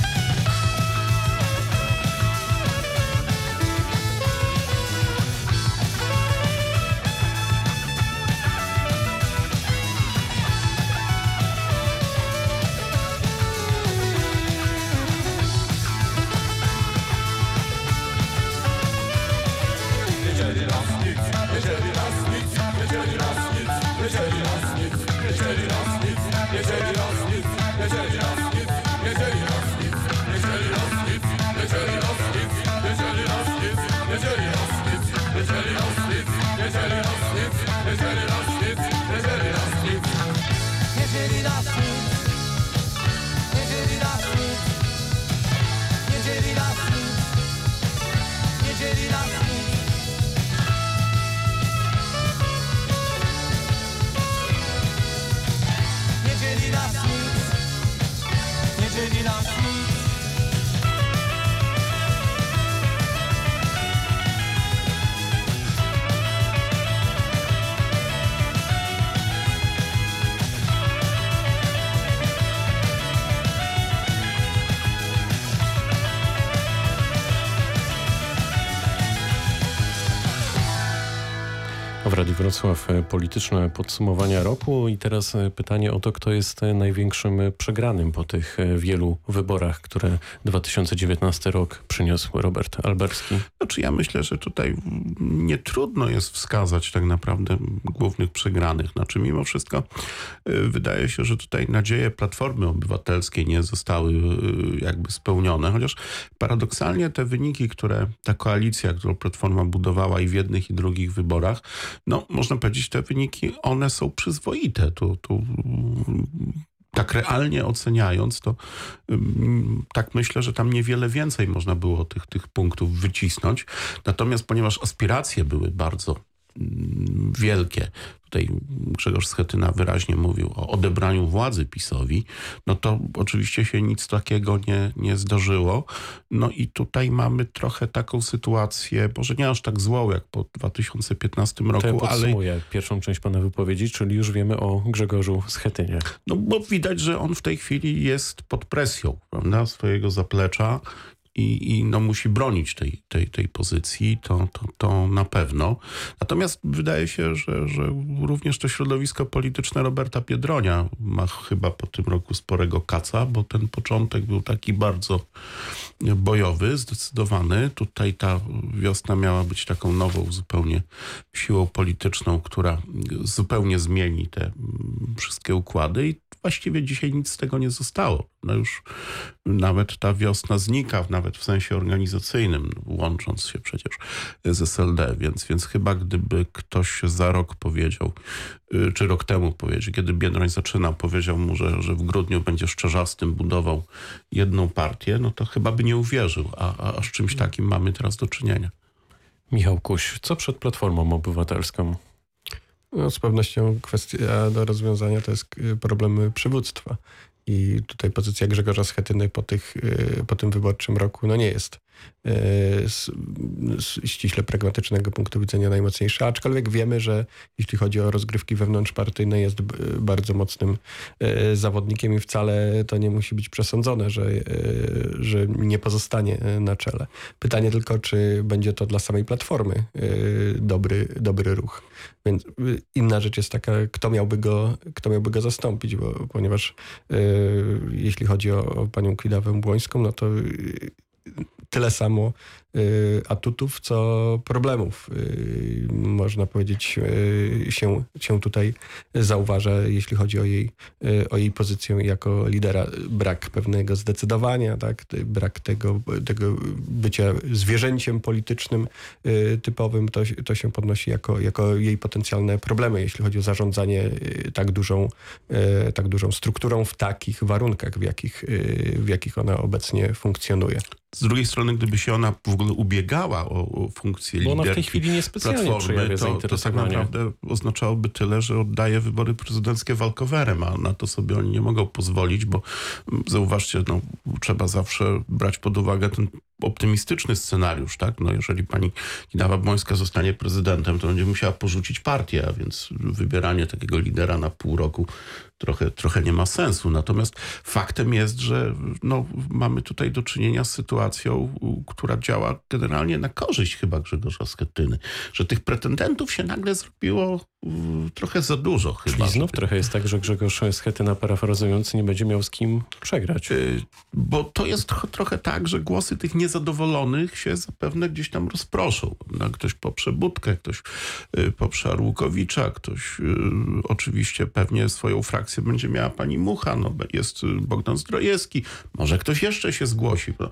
W Radiu Wrocław polityczne podsumowania roku i teraz pytanie o to, kto jest największym przegranym po tych wielu wyborach, które dwa tysiące dziewiętnasty rok przyniósł. Robert Alberski. Znaczy ja myślę, że tutaj nie trudno jest wskazać tak naprawdę głównych przegranych. Znaczy mimo wszystko wydaje się, że tutaj nadzieje Platformy Obywatelskiej nie zostały jakby spełnione, chociaż paradoksalnie te wyniki, które ta koalicja, którą Platforma budowała i w jednych i drugich wyborach, no można powiedzieć, te wyniki, one są przyzwoite. Tu, tu tak realnie oceniając, to tak myślę, że tam niewiele więcej można było tych, tych punktów wycisnąć. Natomiast ponieważ aspiracje były bardzo wielkie, tutaj Grzegorz Schetyna wyraźnie mówił o odebraniu władzy PiS-owi, no to oczywiście się nic takiego nie, nie zdarzyło. No i tutaj mamy trochę taką sytuację, może nie aż tak złą jak po dwa tysiące piętnastym roku, to ja podsumuję ale... pierwszą część pana wypowiedzi, czyli już wiemy o Grzegorzu Schetynie. No bo widać, że on w tej chwili jest pod presją, prawda, swojego zaplecza. I, i no musi bronić tej, tej, tej pozycji, to, to, to na pewno. Natomiast wydaje się, że, że również to środowisko polityczne Roberta Biedronia ma chyba po tym roku sporego kaca, bo ten początek był taki bardzo bojowy, zdecydowany. Tutaj ta wiosna miała być taką nową zupełnie siłą polityczną, która zupełnie zmieni te wszystkie układy i właściwie dzisiaj nic z tego nie zostało. No już nawet ta wiosna znika, nawet w sensie organizacyjnym, łącząc się przecież z S L D, więc, więc chyba gdyby ktoś za rok powiedział, czy rok temu powiedział, kiedy Biedroń zaczynał, powiedział mu, że, że w grudniu będzie Szczerzastym budował jedną partię, no to chyba by nie uwierzył, a, a z czymś takim mamy teraz do czynienia. Michał Kuś, co przed Platformą Obywatelską? No, z pewnością kwestia do rozwiązania to jest problem przywództwa. I tutaj pozycja Grzegorza Schetyny po, tych, po tym wyborczym roku no nie jest z, z ściśle pragmatycznego punktu widzenia najmocniejsza, aczkolwiek wiemy, że jeśli chodzi o rozgrywki wewnątrzpartyjne jest bardzo mocnym zawodnikiem i wcale to nie musi być przesądzone, że, że nie pozostanie na czele. Pytanie tylko, czy będzie to dla samej Platformy dobry, dobry ruch. Więc inna rzecz jest taka, kto miałby go, kto miałby go zastąpić, bo, ponieważ jeśli chodzi o, o panią Kwidawę-Błońską, no to tyle samo y, atutów, co problemów, y, można powiedzieć, y, się, się tutaj zauważa, jeśli chodzi o jej, y, o jej pozycję jako lidera. Brak pewnego zdecydowania, tak? Brak tego, tego bycia zwierzęciem politycznym y, typowym, to, to się podnosi jako, jako jej potencjalne problemy, jeśli chodzi o zarządzanie y, tak dużą, y, tak dużą strukturą w takich warunkach, w jakich, y, w jakich ona obecnie funkcjonuje. Z drugiej strony strony, gdyby się ona w ogóle ubiegała o, o funkcję Bo ona w tej liderki chwili niespecjalnie Platformy, przejawia to, to tak zainteresowanie. naprawdę oznaczałoby tyle, że oddaje wybory prezydenckie walkowerem, a na to sobie oni nie mogą pozwolić, bo zauważcie, no, trzeba zawsze brać pod uwagę ten optymistyczny scenariusz, tak? No jeżeli pani Kidawa-Błońska zostanie prezydentem, to będzie musiała porzucić partię, a więc wybieranie takiego lidera na pół roku trochę, trochę nie ma sensu. Natomiast faktem jest, że no, mamy tutaj do czynienia z sytuacją, która działa generalnie na korzyść chyba Grzegorza Schetyny. Że tych pretendentów się nagle zrobiło um, trochę za dużo chyba. Czyli znów trochę jest tak, że Grzegorz Schetyna, parafrazując, nie będzie miał z kim przegrać. Yy, bo to jest tro- trochę tak, że głosy tych niezadowolonych się zapewne gdzieś tam rozproszą. No, ktoś poprze Budkę, ktoś yy, poprze Arłukowicza, ktoś yy, oczywiście pewnie swoją frakcję będzie miała pani Mucha, no, jest Bogdan Zdrojewski, może ktoś jeszcze się zgłosi. No,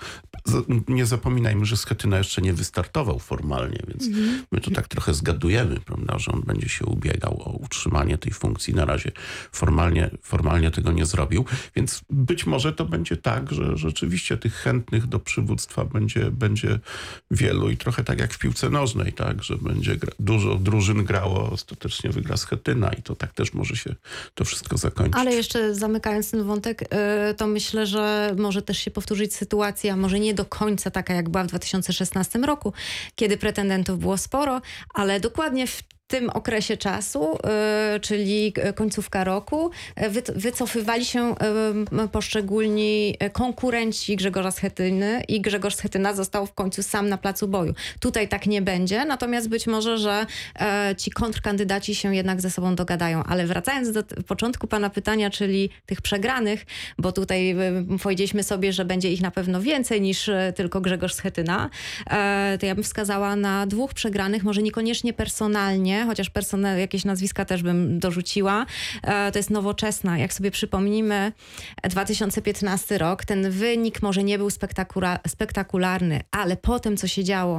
nie zapominajmy, że Schetyna jeszcze nie wystartował formalnie, więc mm. my tu tak trochę zgadujemy, prawda, że on będzie się ubiegał o utrzymanie tej funkcji. Na razie formalnie, formalnie tego nie zrobił, więc być może to będzie tak, że rzeczywiście tych chętnych do przywództwa będzie, będzie wielu i trochę tak jak w piłce nożnej, tak, że będzie gra, dużo drużyn grało, ostatecznie wygra Schetyna i to tak też może się to wszystko zakończyć. Ale jeszcze zamykając ten wątek, to myślę, że może też się powtórzyć sytuacja, może nie do końca taka, jak była w dwa tysiące szesnastym roku, kiedy pretendentów było sporo, ale dokładnie w tym okresie czasu, y, czyli końcówka roku, wy, wycofywali się y, poszczególni konkurenci Grzegorza Schetyny i Grzegorz Schetyna został w końcu sam na placu boju. Tutaj tak nie będzie, natomiast być może, że y, ci kontrkandydaci się jednak ze sobą dogadają. Ale wracając do t- początku pana pytania, czyli tych przegranych, bo tutaj y, powiedzieliśmy sobie, że będzie ich na pewno więcej niż y, tylko Grzegorz Schetyna, y, to ja bym wskazała na dwóch przegranych, może niekoniecznie personalnie, chociaż personel, jakieś nazwiska też bym dorzuciła. To jest Nowoczesna. Jak sobie przypomnimy, dwa tysiące piętnasty rok, ten wynik może nie był spektakula- spektakularny, ale po tym, co się działo,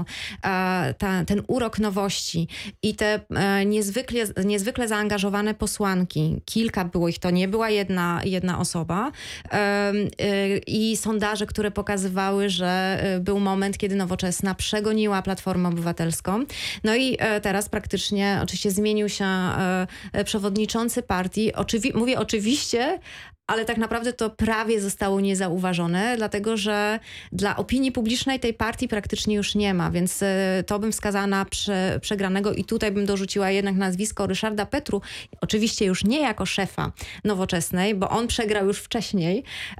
ta, ten urok nowości i te niezwykle, niezwykle zaangażowane posłanki, kilka było ich, to nie była jedna, jedna osoba, i sondaże, które pokazywały, że był moment, kiedy Nowoczesna przegoniła Platformę Obywatelską. No i teraz praktycznie oczywiście zmienił się e, przewodniczący partii. Oczywi- mówię oczywiście, ale tak naprawdę to prawie zostało niezauważone, dlatego że dla opinii publicznej tej partii praktycznie już nie ma, więc e, to bym wskazała na prze, przegranego i tutaj bym dorzuciła jednak nazwisko Ryszarda Petru, oczywiście już nie jako szefa Nowoczesnej, bo on przegrał już wcześniej,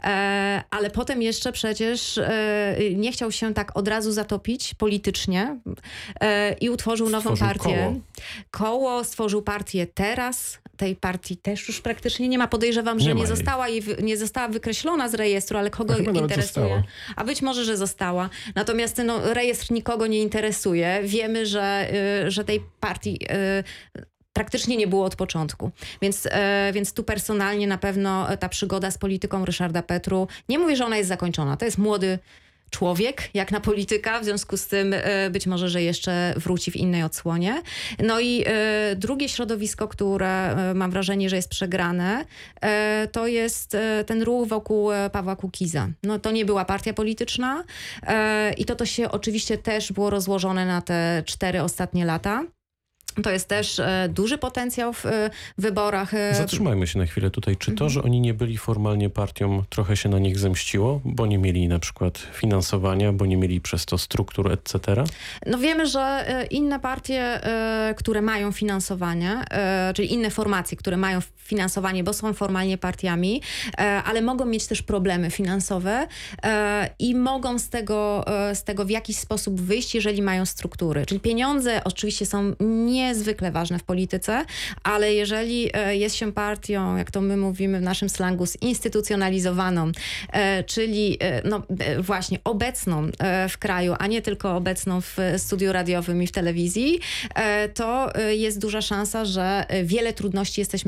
e, ale potem jeszcze przecież e, nie chciał się tak od razu zatopić politycznie e, i utworzył nową Stworzył partię. koło. Koło, stworzył partię Teraz. Tej partii też już praktycznie nie ma. Podejrzewam, że Nie ma nie, jej. została jej, wy- nie została wykreślona z rejestru, ale kogo A chyba nawet interesuje? została. A być może, że została. Natomiast no, rejestr nikogo nie interesuje. Wiemy, że, y, że tej partii y, praktycznie nie było od początku. Więc, e, więc tu personalnie na pewno ta przygoda z polityką Ryszarda Petru, nie mówię, że ona jest zakończona. To jest młody człowiek, jak na polityka, w związku z tym e, być może, że jeszcze wróci w innej odsłonie. No i e, drugie środowisko, które e, mam wrażenie, że jest przegrane, e, to jest e, ten ruch wokół e, Pawła Kukiza. No to nie była partia polityczna e, i to to się oczywiście też było rozłożone na te cztery ostatnie lata. To jest też e, duży potencjał w e, wyborach. E, Zatrzymajmy się na chwilę tutaj. Czy to, że oni nie byli formalnie partią, trochę się na nich zemściło? Bo nie mieli na przykład finansowania, bo nie mieli przez to struktur, et cetera? No wiemy, że e, inne partie, e, które mają finansowanie, e, czyli inne formacje, które mają finansowanie, bo są formalnie partiami, e, ale mogą mieć też problemy finansowe e, i mogą z tego, e, z tego w jakiś sposób wyjść, jeżeli mają struktury. Czyli pieniądze oczywiście są niezwykle ważne w polityce, ale jeżeli e, jest się partią, jak to my mówimy w naszym slangu, zinstytucjonalizowaną, e, czyli e, no, e, właśnie obecną e, w kraju, a nie tylko obecną w studiu radiowym i w telewizji, e, to e, jest duża szansa, że wiele trudności jesteśmy w stanie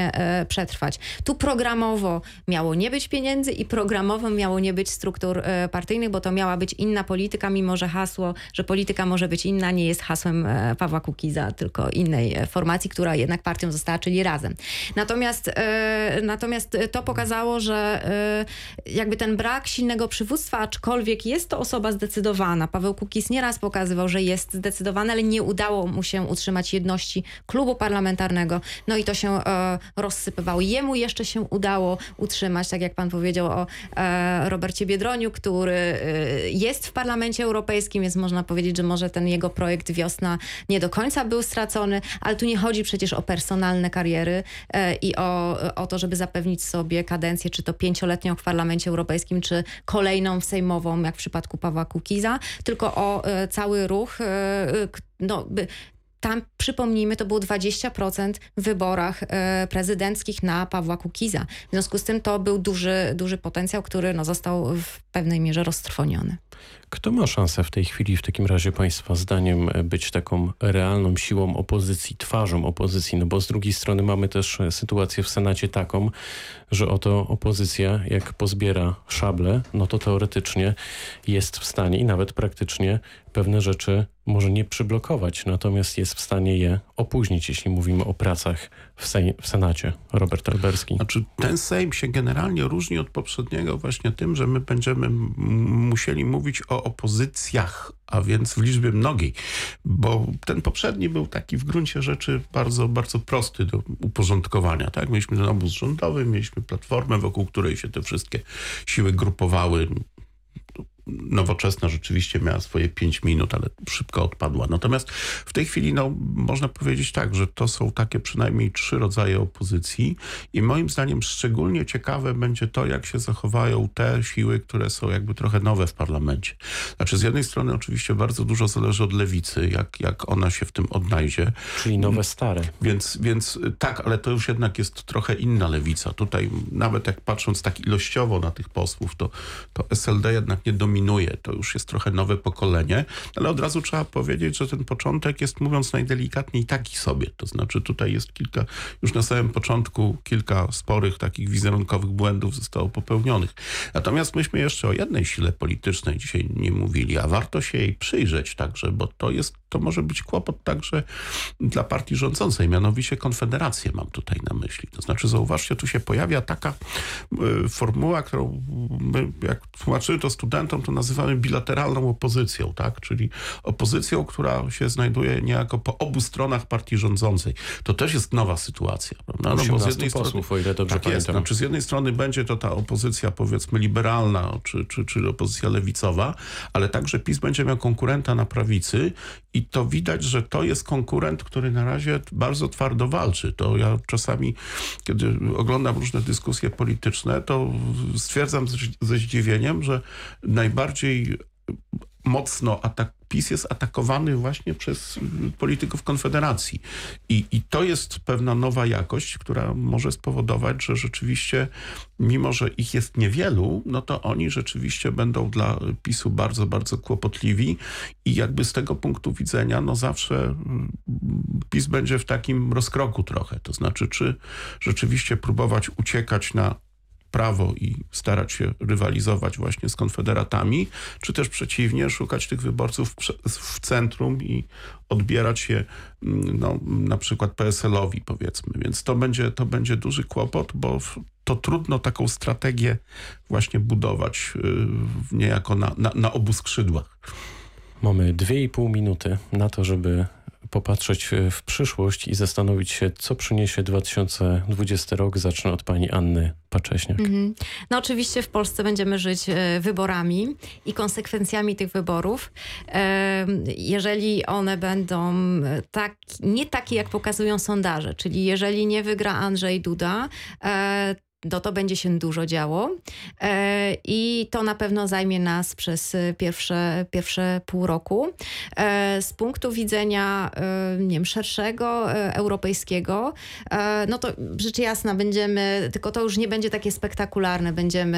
stanie e, przetrwać. Tu programowo miało nie być pieniędzy i programowo miało nie być struktur e, partyjnych, bo to miała być inna polityka, mimo że hasło, że polityka może być inna, nie jest hasłem e, Pawła Kukiza, tylko innej e, formacji, która jednak partią została, czyli Razem. Natomiast, e, natomiast to pokazało, że e, jakby ten brak silnego przywództwa, aczkolwiek jest to osoba zdecydowana. Paweł Kukiz nieraz pokazywał, że jest zdecydowany, ale nie udało mu się utrzymać jedności klubu parlamentarnego. No i to się e, rozsypywało. Jemu jeszcze się udało utrzymać, tak jak pan powiedział o e, Robercie Biedroniu, który e, jest w Parlamencie Europejskim, więc można powiedzieć, że może ten jego projekt Wiosna nie do końca był stracony, ale tu nie chodzi przecież o personalne kariery e, i o, o to, żeby zapewnić sobie kadencję, czy to pięcioletnią w Parlamencie Europejskim, czy kolejną sejmową, jak w przypadku Pawła Kukiza, tylko o e, cały ruch, e, no, by, tam, przypomnijmy, to było dwadzieścia procent w wyborach e, prezydenckich na Pawła Kukiza. W związku z tym to był duży, duży potencjał, który no, został w pewnej mierze roztrwoniony. Kto ma szansę w tej chwili w takim razie państwa zdaniem być taką realną siłą opozycji, twarzą opozycji? No bo z drugiej strony mamy też sytuację w Senacie taką, że oto opozycja jak pozbiera szable, no to teoretycznie jest w stanie i nawet praktycznie pewne rzeczy może nie przyblokować, natomiast jest w stanie je opóźnić, jeśli mówimy o pracach w, Sej- w Senacie. Robert Alberski. Znaczy ten Sejm się generalnie różni od poprzedniego właśnie tym, że my będziemy m- musieli mówić o opozycjach, a więc w liczbie mnogiej, bo ten poprzedni był taki w gruncie rzeczy bardzo, bardzo prosty do uporządkowania. Tak? Mieliśmy ten obóz rządowy, mieliśmy platformę, wokół której się te wszystkie siły grupowały. Nowoczesna rzeczywiście miała swoje pięć minut, ale szybko odpadła. Natomiast w tej chwili no, można powiedzieć tak, że to są takie przynajmniej trzy rodzaje opozycji i moim zdaniem szczególnie ciekawe będzie to, jak się zachowają te siły, które są jakby trochę nowe w parlamencie. Znaczy z jednej strony oczywiście bardzo dużo zależy od lewicy, jak, jak ona się w tym odnajdzie. Czyli nowe, stare. Więc, więc tak, ale to już jednak jest trochę inna lewica. Tutaj nawet jak patrząc tak ilościowo na tych posłów, to, to S L D jednak nie dominuje. To już jest trochę nowe pokolenie, ale od razu trzeba powiedzieć, że ten początek jest, mówiąc najdelikatniej, taki sobie. To znaczy tutaj jest kilka, już na samym początku kilka sporych takich wizerunkowych błędów zostało popełnionych. Natomiast myśmy jeszcze o jednej sile politycznej dzisiaj nie mówili, a warto się jej przyjrzeć także, bo to jest, to może być kłopot także dla partii rządzącej, mianowicie Konfederację mam tutaj na myśli. To znaczy zauważcie, tu się pojawia taka y, formuła, którą my, jak tłumaczymy to studentom, to nazywamy bilateralną opozycją, tak? Czyli opozycją, która się znajduje niejako po obu stronach partii rządzącej. To też jest nowa sytuacja, prawda? No bo z jednej posłów, strony, o ile dobrze tak jest, pamiętam. znaczy z jednej strony będzie to ta opozycja powiedzmy liberalna, czy, czy, czy opozycja lewicowa, ale także PiS będzie miał konkurenta na prawicy i to widać, że to jest konkurent, który na razie bardzo twardo walczy. To ja czasami, kiedy oglądam różne dyskusje polityczne, to stwierdzam ze, ze zdziwieniem, że najbardziej mocno atak, PiS jest atakowany właśnie przez polityków Konfederacji. I, I to jest pewna nowa jakość, która może spowodować, że rzeczywiście, mimo że ich jest niewielu, no to oni rzeczywiście będą dla PiSu bardzo, bardzo kłopotliwi i jakby z tego punktu widzenia, no zawsze PiS będzie w takim rozkroku trochę. To znaczy, czy rzeczywiście próbować uciekać na prawo i starać się rywalizować właśnie z konfederatami, czy też przeciwnie, szukać tych wyborców w centrum i odbierać je no, na przykład P S L-owi powiedzmy. Więc to będzie, to będzie duży kłopot, bo to trudno taką strategię właśnie budować niejako na, na, na obu skrzydłach. Mamy dwie i pół minuty na to, żeby popatrzeć w przyszłość i zastanowić się, co przyniesie dwa tysiące dwudziesty rok. Zacznę od pani Anny Pacześniak. Mm-hmm. No oczywiście w Polsce będziemy żyć e, wyborami i konsekwencjami tych wyborów. E, jeżeli one będą tak, nie takie, jak pokazują sondaże, czyli jeżeli nie wygra Andrzej Duda, e, no to będzie się dużo działo e, i to na pewno zajmie nas przez pierwsze, pierwsze pół roku. E, z punktu widzenia e, nie wiem, szerszego, e, europejskiego, e, no to rzecz jasna będziemy, tylko to już nie będzie takie spektakularne, będziemy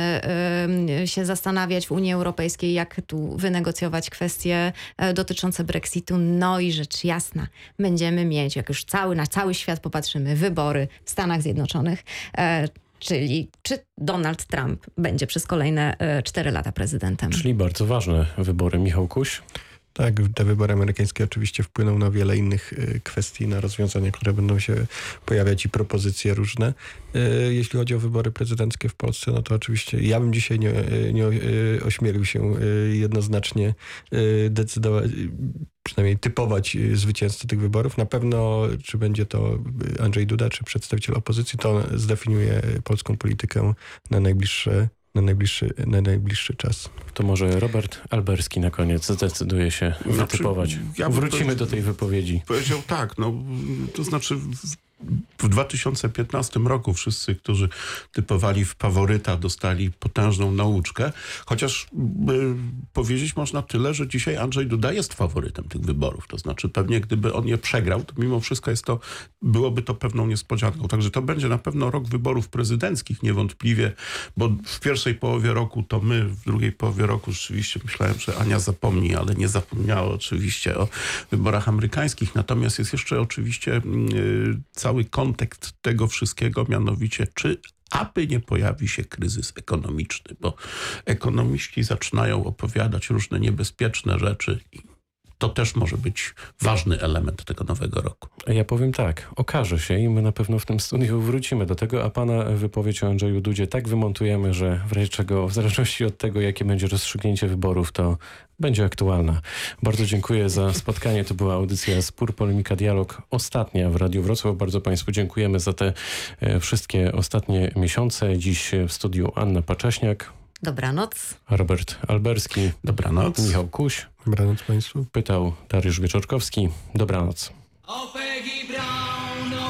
e, się zastanawiać w Unii Europejskiej, jak tu wynegocjować kwestie e, dotyczące Brexitu. No i rzecz jasna, będziemy mieć, jak już cały, na cały świat popatrzymy, wybory w Stanach Zjednoczonych, e, czyli czy Donald Trump będzie przez kolejne cztery lata prezydentem. Czyli bardzo ważne wybory. Michał Kuś? Tak, te wybory amerykańskie oczywiście wpłyną na wiele innych kwestii, na rozwiązania, które będą się pojawiać i propozycje różne. Jeśli chodzi o wybory prezydenckie w Polsce, no to oczywiście ja bym dzisiaj nie, nie ośmielił się jednoznacznie decydować, przynajmniej typować zwycięzcę tych wyborów. Na pewno, czy będzie to Andrzej Duda, czy przedstawiciel opozycji, to zdefiniuje polską politykę na najbliższe Na najbliższy, na najbliższy czas. To może Robert Alberski na koniec zdecyduje się Znaczy, wytypować. ja Wrócimy do tej wypowiedzi. Powiedział tak, no to znaczy w, w dwa tysiące piętnastym roku wszyscy, którzy typowali w faworyta, dostali potężną nauczkę. Chociaż y, powiedzieć można tyle, że dzisiaj Andrzej Duda jest faworytem tych wyborów. To znaczy pewnie gdyby on je przegrał, to mimo wszystko jest to, byłoby to pewną niespodzianką. Także to będzie na pewno rok wyborów prezydenckich niewątpliwie, bo w pierwszej połowie roku to my, w drugiej połowie roku rzeczywiście myślałem, że Ania zapomni, ale nie zapomniała oczywiście o wyborach amerykańskich. Natomiast jest jeszcze oczywiście yy, cały kontekst tego wszystkiego, mianowicie czy aby nie pojawi się kryzys ekonomiczny, bo ekonomiści zaczynają opowiadać różne niebezpieczne rzeczy i to też może być ważny element tego nowego roku. A ja powiem tak, okaże się i my na pewno w tym studiu wrócimy do tego, a pana wypowiedź o Andrzeju Dudzie tak wymontujemy, że w razie czego, w zależności od tego, jakie będzie rozstrzygnięcie wyborów, to będzie aktualna. Bardzo dziękuję za spotkanie. To była audycja Spór, Polemika, Dialog, ostatnia w Radiu Wrocław. Bardzo państwu dziękujemy za te e, wszystkie ostatnie miesiące. Dziś w studiu Anna Pacześniak. Dobranoc. Robert Alberski. Dobranoc. Michał Kuś. Dobranoc państwu. Pytał Dariusz Wieczorkowski. Dobranoc. O Peggy!